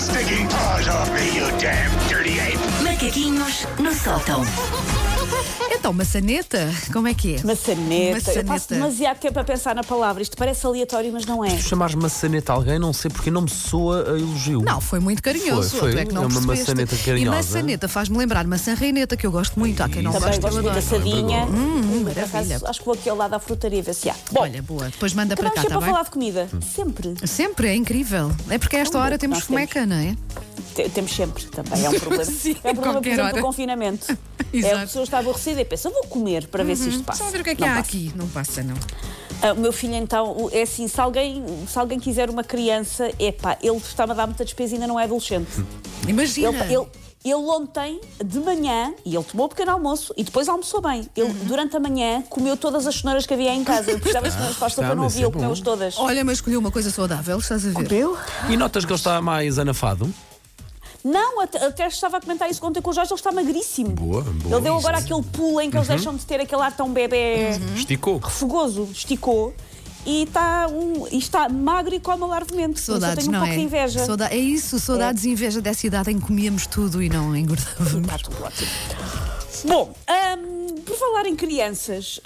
stinking paws off me, you damn dirty ape! Macaquinhos no sótão. Então, maçaneta, como é que é? Maçaneta. Eu passo Maçaneta. demasiado tempo a pensar na palavra. Isto parece aleatório, mas não é. Tu chamares maçaneta a alguém, não sei porque não me soa a elogio. Não, foi muito carinhoso. Foi. Tu é que não É uma percebeste. maçaneta carinhosa. E maçaneta faz-me lembrar maçã reineta, que eu gosto muito. Há quem não Também goste, gosto eu muito da adoro. sadinha. Por maravilha. acaso, acho que vou aqui ao lado da frutaria ver se há. Bom, Olha, boa. Depois manda para acabamos cá, sempre está a bem? falar de comida. Sempre. Sempre, é incrível. É porque a esta hora temos nós fomeca, não é? Temos sempre também. É um problema. Sim, é um problema, por qualquer exemplo, hora. do confinamento. Exato. A pessoa está aborrecida e pensa, vou comer para ver se isto passa. Só a ver o que é que Não há passa. aqui. Não passa, não. O meu filho, então, é assim, se alguém quiser uma criança, ele está-me a dar muita despesa e ainda não é adolescente. Imagina. Ele ontem, de manhã, e ele tomou um pequeno almoço e depois almoçou bem. Ele, durante a manhã, comeu todas as cenouras que havia em casa. Eu precisava de cenouras para a sopa, não mas havia, é ele comeu-as todas. Olha, mas escolheu uma coisa saudável, estás a ver? Comeu? E notas que ele está mais anafado? Não, até estava a comentar isso ontem com o Jorge, ele está magríssimo. Boa. Ele deu agora aquele pulo em que eles deixam de ter aquele ar tão bebê Esticou. refogoso, esticou. E está magro e come largamente. Saudades, eu tenho um não pouco é? de inveja. É isso, saudades e inveja dessa idade em que comíamos tudo e não engordávamos. Está tudo ótimo. Bom, por falar em crianças,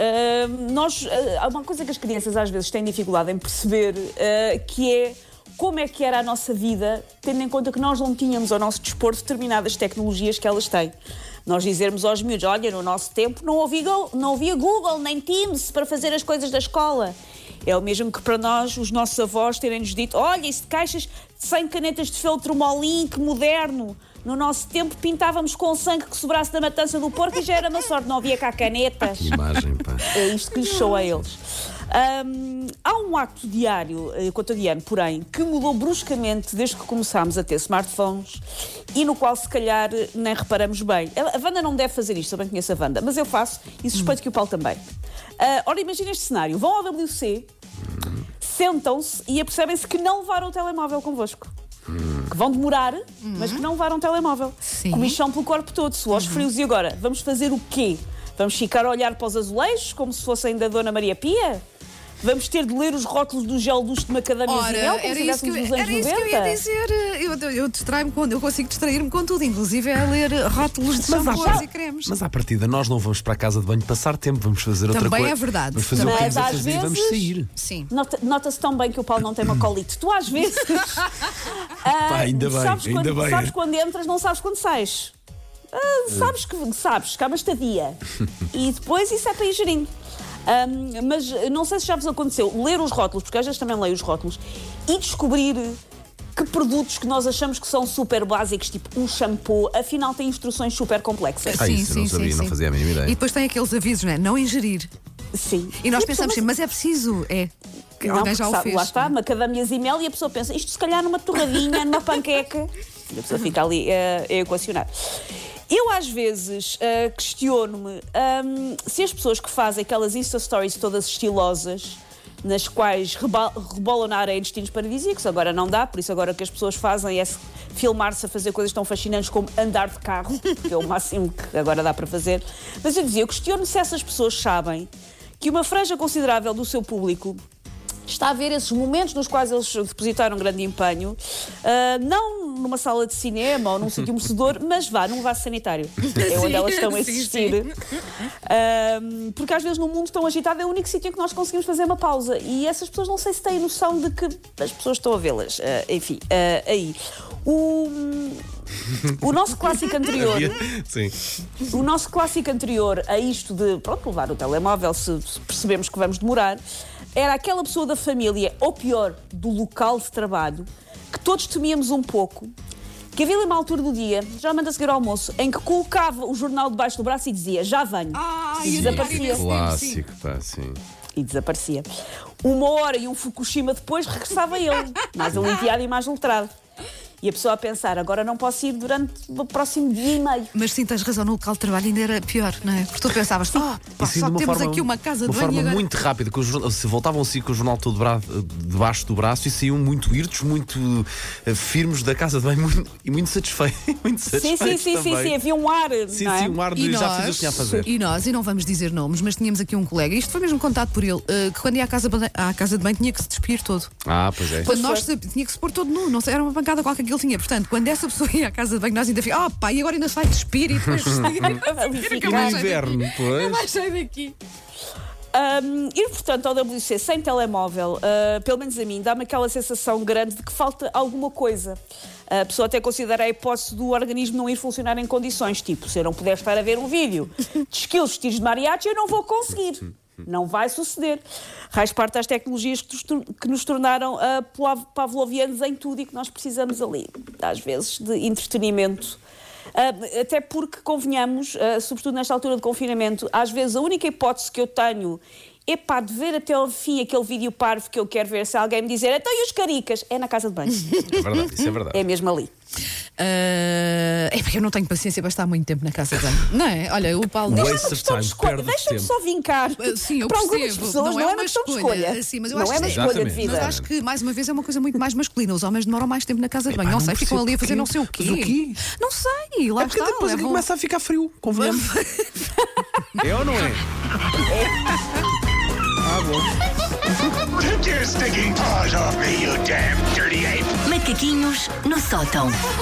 há uma coisa que as crianças às vezes têm dificuldade em perceber, que é como é que era a nossa vida, tendo em conta que nós não tínhamos ao nosso dispor determinadas tecnologias que elas têm. Nós dizermos aos miúdos, olha, no nosso tempo não havia Google nem Teams para fazer as coisas da escola. É o mesmo que para nós, os nossos avós terem-nos dito, olha, isso de caixas de 100 canetas de feltro Molink moderno. No nosso tempo pintávamos com sangue que sobrasse da matança do porco e já era uma sorte, não havia cá canetas. Que imagem, pá. É isto que lhes soa a eles. Há um acto diário, cotidiano, porém, que mudou bruscamente desde que começámos a ter smartphones e no qual, se calhar, nem reparamos bem. A Wanda não deve fazer isto, eu bem conheço a Wanda, mas eu faço e suspeito que o Paulo também. Ora, imagina este cenário. Vão ao WC, sentam-se e apercebem-se que não levaram o telemóvel convosco. Que vão demorar, mas que não levaram o telemóvel. Sim. Comichão pelo corpo todo, suores frios. E agora, vamos fazer o quê? Vamos ficar a olhar para os azulejos como se fossem da Dona Maria Pia? Vamos ter de ler os rótulos do gel ducho de macadâmia e mel, como se estivéssemos nos anos 90? Era isso que eu ia dizer. Eu distraio-me eu consigo distrair-me com tudo, inclusive a ler rótulos de shampoos e cremes. Mas à partida nós não vamos para a casa de banho passar tempo, vamos fazer outra Também coisa. é verdade. Vamos fazer o que Mas temos a às fazer e vamos vezes- sair. Sim. Nota-se tão bem que o Paulo não tem uma colite. Tu às vezes ainda bem, sabes ainda bem. sabes quando entras, não sabes quando sais. Sabes que há uma estadia. E depois isso é para ir gerindo. Mas não sei se já vos aconteceu ler os rótulos, porque às vezes também leio os rótulos, e descobrir que produtos que nós achamos que são super básicos, tipo um shampoo, afinal têm instruções super complexas. Ah, isso eu não sabia, não fazia a mínima ideia. E depois tem aqueles avisos, não é? Não ingerir. Sim. E nós a pessoa, pensamos sempre, mas é preciso. É. Que Não, alguém porque já o sabe, fez. lá está, macadâmias e mel, e a pessoa pensa, isto se calhar numa torradinha, numa panqueca. E a pessoa fica ali a equacionar. Eu às vezes questiono-me se as pessoas que fazem aquelas Insta Stories todas estilosas, nas quais rebolam na areia destinos paradisíacos, agora não dá, por isso agora o que as pessoas fazem é filmar-se a fazer coisas tão fascinantes como andar de carro, que é o máximo que agora dá para fazer. Mas eu questiono-me se essas pessoas sabem que uma franja considerável do seu público está a ver esses momentos nos quais eles depositaram grande empenho, não numa sala de cinema ou num sítio mecedor, mas num vaso sanitário. É onde elas estão a existir. Porque às vezes no mundo tão agitado é o único sítio em que nós conseguimos fazer uma pausa. E essas pessoas não sei se têm noção de que as pessoas estão a vê-las. Enfim, aí. O nosso clássico anterior. Sim. O nosso clássico anterior a isto de, levar o telemóvel se percebemos que vamos demorar, era aquela pessoa da família, ou pior, do local de trabalho, que todos temíamos um pouco, que havia ali uma altura do dia, geralmente a seguir ao almoço, em que colocava o jornal debaixo do braço e dizia, já venho. E desaparecia. Clássico, pá, sim. E desaparecia. 1 hora e um Fukushima depois regressava ele, mais alinteado e mais letrado. E a pessoa a pensar, agora não posso ir durante o próximo dia e meio. Mas sim, tens razão, no local de trabalho ainda era pior, não é? Porque tu pensavas, E sim, só de uma temos forma, aqui uma casa de uma banho forma e agora... muito rápida, se voltavam assim com o jornal todo debaixo do braço e saíam muito irtos, muito firmes da casa de banho e muito satisfeitos. Sim, havia um ar, Sim, não é? sim, um ar de já fiz o que tinha a fazer. E nós, e não vamos dizer nomes, mas tínhamos aqui um colega, isto foi mesmo contado por ele, que quando ia à casa de banho tinha que se despir todo. Ah, pois é. Quando nós tinha que se pôr todo nu, não sei, era uma pancada qualquer que guiltinha. Portanto, quando essa pessoa ia à casa de banho, nós ainda ficamos, pá, e agora ainda sai de espírito. E no inverno, pois. Mas sai daqui. Ir, portanto, ao WC sem telemóvel, pelo menos a mim, dá-me aquela sensação grande de que falta alguma coisa. A pessoa até considera a hipótese do organismo não ir funcionar em condições, tipo, se eu não puder estar a ver um vídeo de esquilos vestidos de mariachi, eu não vou conseguir. Não vai suceder. Raiz parte das tecnologias que nos tornaram pavlovianos em tudo e que nós precisamos ali, às vezes, de entretenimento. Até porque, convenhamos, sobretudo nesta altura de confinamento, às vezes a única hipótese que eu tenho é de ver até ao fim aquele vídeo parvo que eu quero ver, se alguém me dizer então e os caricas? É na casa de banho. É verdade, isso é verdade. É mesmo ali. É porque eu não tenho paciência para estar muito tempo na casa de banho. Não é? Olha, o Paulo diz. Waste of time, perda de Deixa-me tempo. só vincar. Sim, eu para algumas percebo. pessoas não é uma questão de escolha. Sim, mas eu não acho é uma que escolha de Exatamente. vida. Mas acho que, mais uma vez, é uma coisa muito mais masculina. Os homens demoram mais tempo na casa de banho. Não sei, ficam ali a fazer não sei o quê. Mas o quê? Não sei, lá É porque está. depois aquilo começa a ficar frio, convenhamos. É ou não é? Bom. Take your stinking paws off me, you damn dirty ape! Macaquinhos no sótão.